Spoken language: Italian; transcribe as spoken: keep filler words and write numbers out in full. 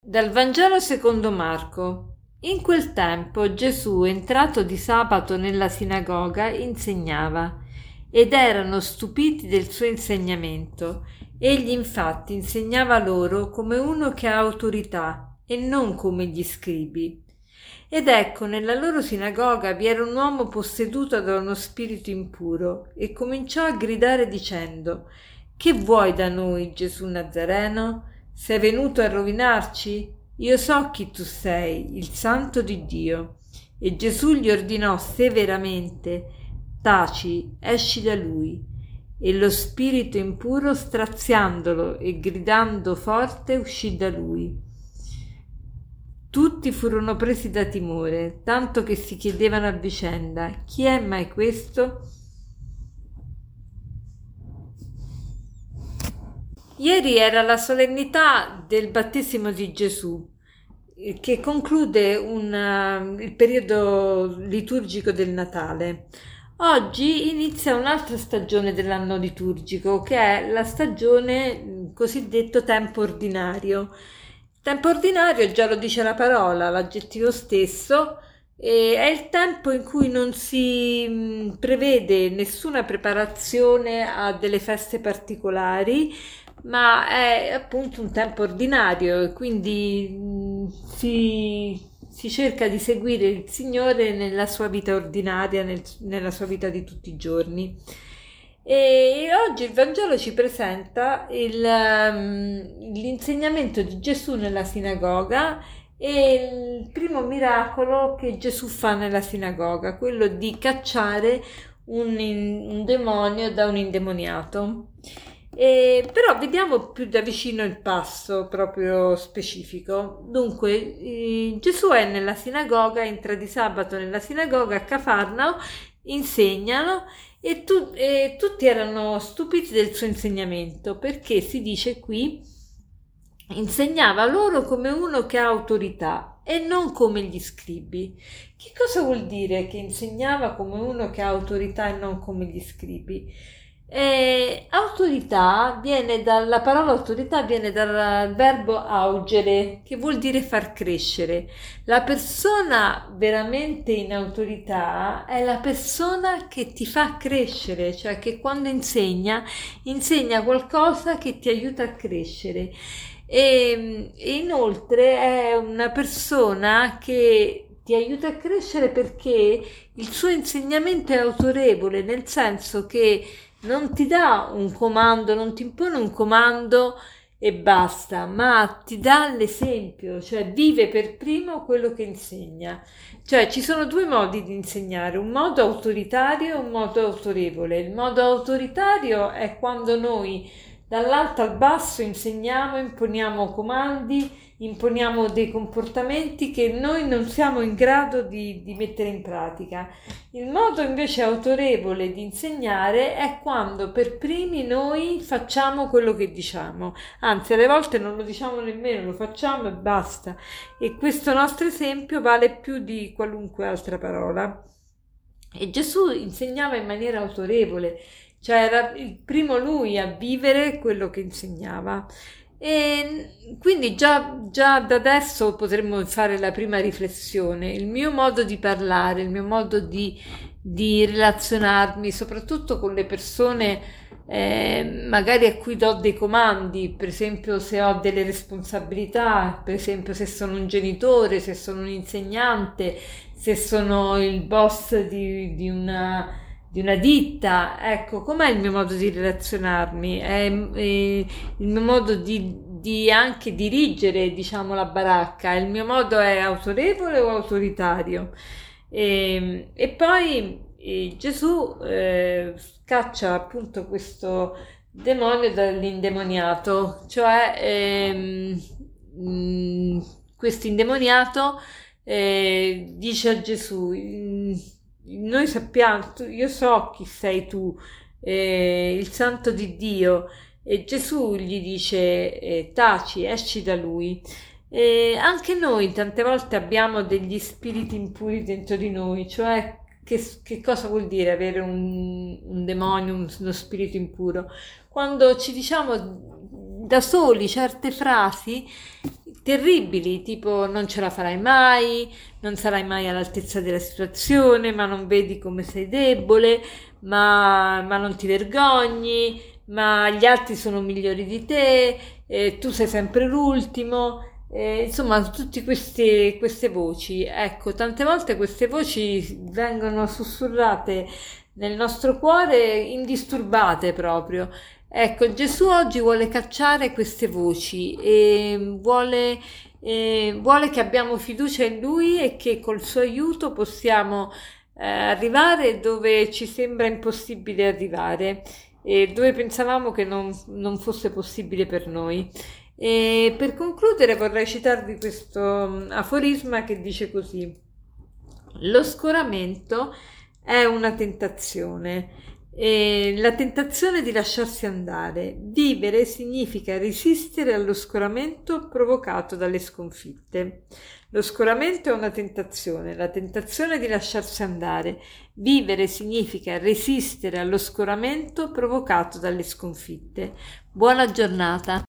Dal Vangelo secondo Marco. In quel tempo Gesù, entrato di sabato nella sinagoga, insegnava, ed erano stupiti del suo insegnamento. Egli infatti insegnava loro come uno che ha autorità e non come gli scribi. Ed ecco, nella loro sinagoga vi era un uomo posseduto da uno spirito impuro, e cominciò a gridare dicendo: «Che vuoi da noi, Gesù Nazareno? Sei venuto a rovinarci? Io so chi tu sei, il Santo di Dio». E Gesù gli ordinò severamente: «Taci, esci da lui». E lo spirito impuro, straziandolo e gridando forte, uscì da lui. Tutti furono presi da timore, tanto che si chiedevano a vicenda: «Chi è mai questo?» Ieri era la solennità del battesimo di Gesù, che conclude un, il periodo liturgico del Natale. Oggi inizia un'altra stagione dell'anno liturgico, che è la stagione cosiddetto tempo ordinario. Tempo ordinario, già lo dice la parola, l'aggettivo stesso, e è il tempo in cui non si prevede nessuna preparazione a delle feste particolari, ma è appunto un tempo ordinario e quindi mh, si, si cerca di seguire il Signore nella sua vita ordinaria, nel, nella sua vita di tutti i giorni. E oggi il Vangelo ci presenta il, um, l'insegnamento di Gesù nella sinagoga e il primo miracolo che Gesù fa nella sinagoga, quello di cacciare un, un demonio da un indemoniato. Eh, però vediamo più da vicino il passo proprio specifico. Dunque, eh, Gesù è nella sinagoga, entra di sabato nella sinagoga a Cafarnao, insegnano e, tu, e tutti erano stupiti del suo insegnamento, perché si dice qui: insegnava loro come uno che ha autorità e non come gli scribi. Che cosa vuol dire che insegnava come uno che ha autorità e non come gli scribi? Eh, autorità viene dalla parola autorità viene dal verbo augere, che vuol dire far crescere. La persona veramente in autorità è la persona che ti fa crescere, cioè che quando insegna insegna qualcosa che ti aiuta a crescere. E, e inoltre è una persona che ti aiuta a crescere perché il suo insegnamento è autorevole, nel senso che non ti dà un comando, non ti impone un comando e basta, ma ti dà l'esempio, cioè vive per primo quello che insegna. Cioè ci sono due modi di insegnare, un modo autoritario e un modo autorevole. Il modo autoritario è quando noi dall'alto al basso insegniamo, imponiamo comandi, imponiamo dei comportamenti che noi non siamo in grado di, di mettere in pratica. Il modo invece autorevole di insegnare è quando per primi noi facciamo quello che diciamo, anzi alle volte non lo diciamo nemmeno, lo facciamo e basta, e questo nostro esempio vale più di qualunque altra parola. E Gesù insegnava in maniera autorevole, cioè era il primo lui a vivere quello che insegnava. E quindi già, già da adesso potremmo fare la prima riflessione. Il mio modo di parlare, il mio modo di, di relazionarmi, soprattutto con le persone eh, magari a cui do dei comandi, per esempio se ho delle responsabilità, per esempio se sono un genitore, se sono un insegnante, se sono il boss di, di una di una ditta, ecco, com'è il mio modo di relazionarmi? È, è il mio modo di, di anche dirigere, diciamo, la baracca, il mio modo è autorevole o autoritario? E, e poi e Gesù eh, scaccia appunto questo demonio dall'indemoniato, cioè ehm, mh, questo indemoniato eh, dice a Gesù: noi sappiamo, tu, io so chi sei tu, eh, il Santo di Dio. E Gesù gli dice: eh, taci, esci da lui. E anche noi tante volte abbiamo degli spiriti impuri dentro di noi, cioè che, che cosa vuol dire avere un, un demonio, un, uno spirito impuro? Quando ci diciamo da soli certe frasi terribili, tipo non ce la farai mai, non sarai mai all'altezza della situazione, ma non vedi come sei debole, ma, ma non ti vergogni, ma gli altri sono migliori di te, eh, tu sei sempre l'ultimo. Eh, insomma, tutte queste, queste voci, ecco, tante volte queste voci vengono sussurrate nel nostro cuore, indisturbate proprio. Ecco, Gesù oggi vuole cacciare queste voci e vuole, eh, vuole che abbiamo fiducia in Lui e che col suo aiuto possiamo eh, arrivare dove ci sembra impossibile arrivare e dove pensavamo che non, non fosse possibile per noi. E per concludere vorrei citarvi questo mm, aforisma che dice così: lo scoramento è una tentazione, e la tentazione di lasciarsi andare. Vivere significa resistere allo scoramento provocato dalle sconfitte. Lo scoramento è una tentazione, la tentazione di lasciarsi andare. Vivere significa resistere allo scoramento provocato dalle sconfitte. Buona giornata.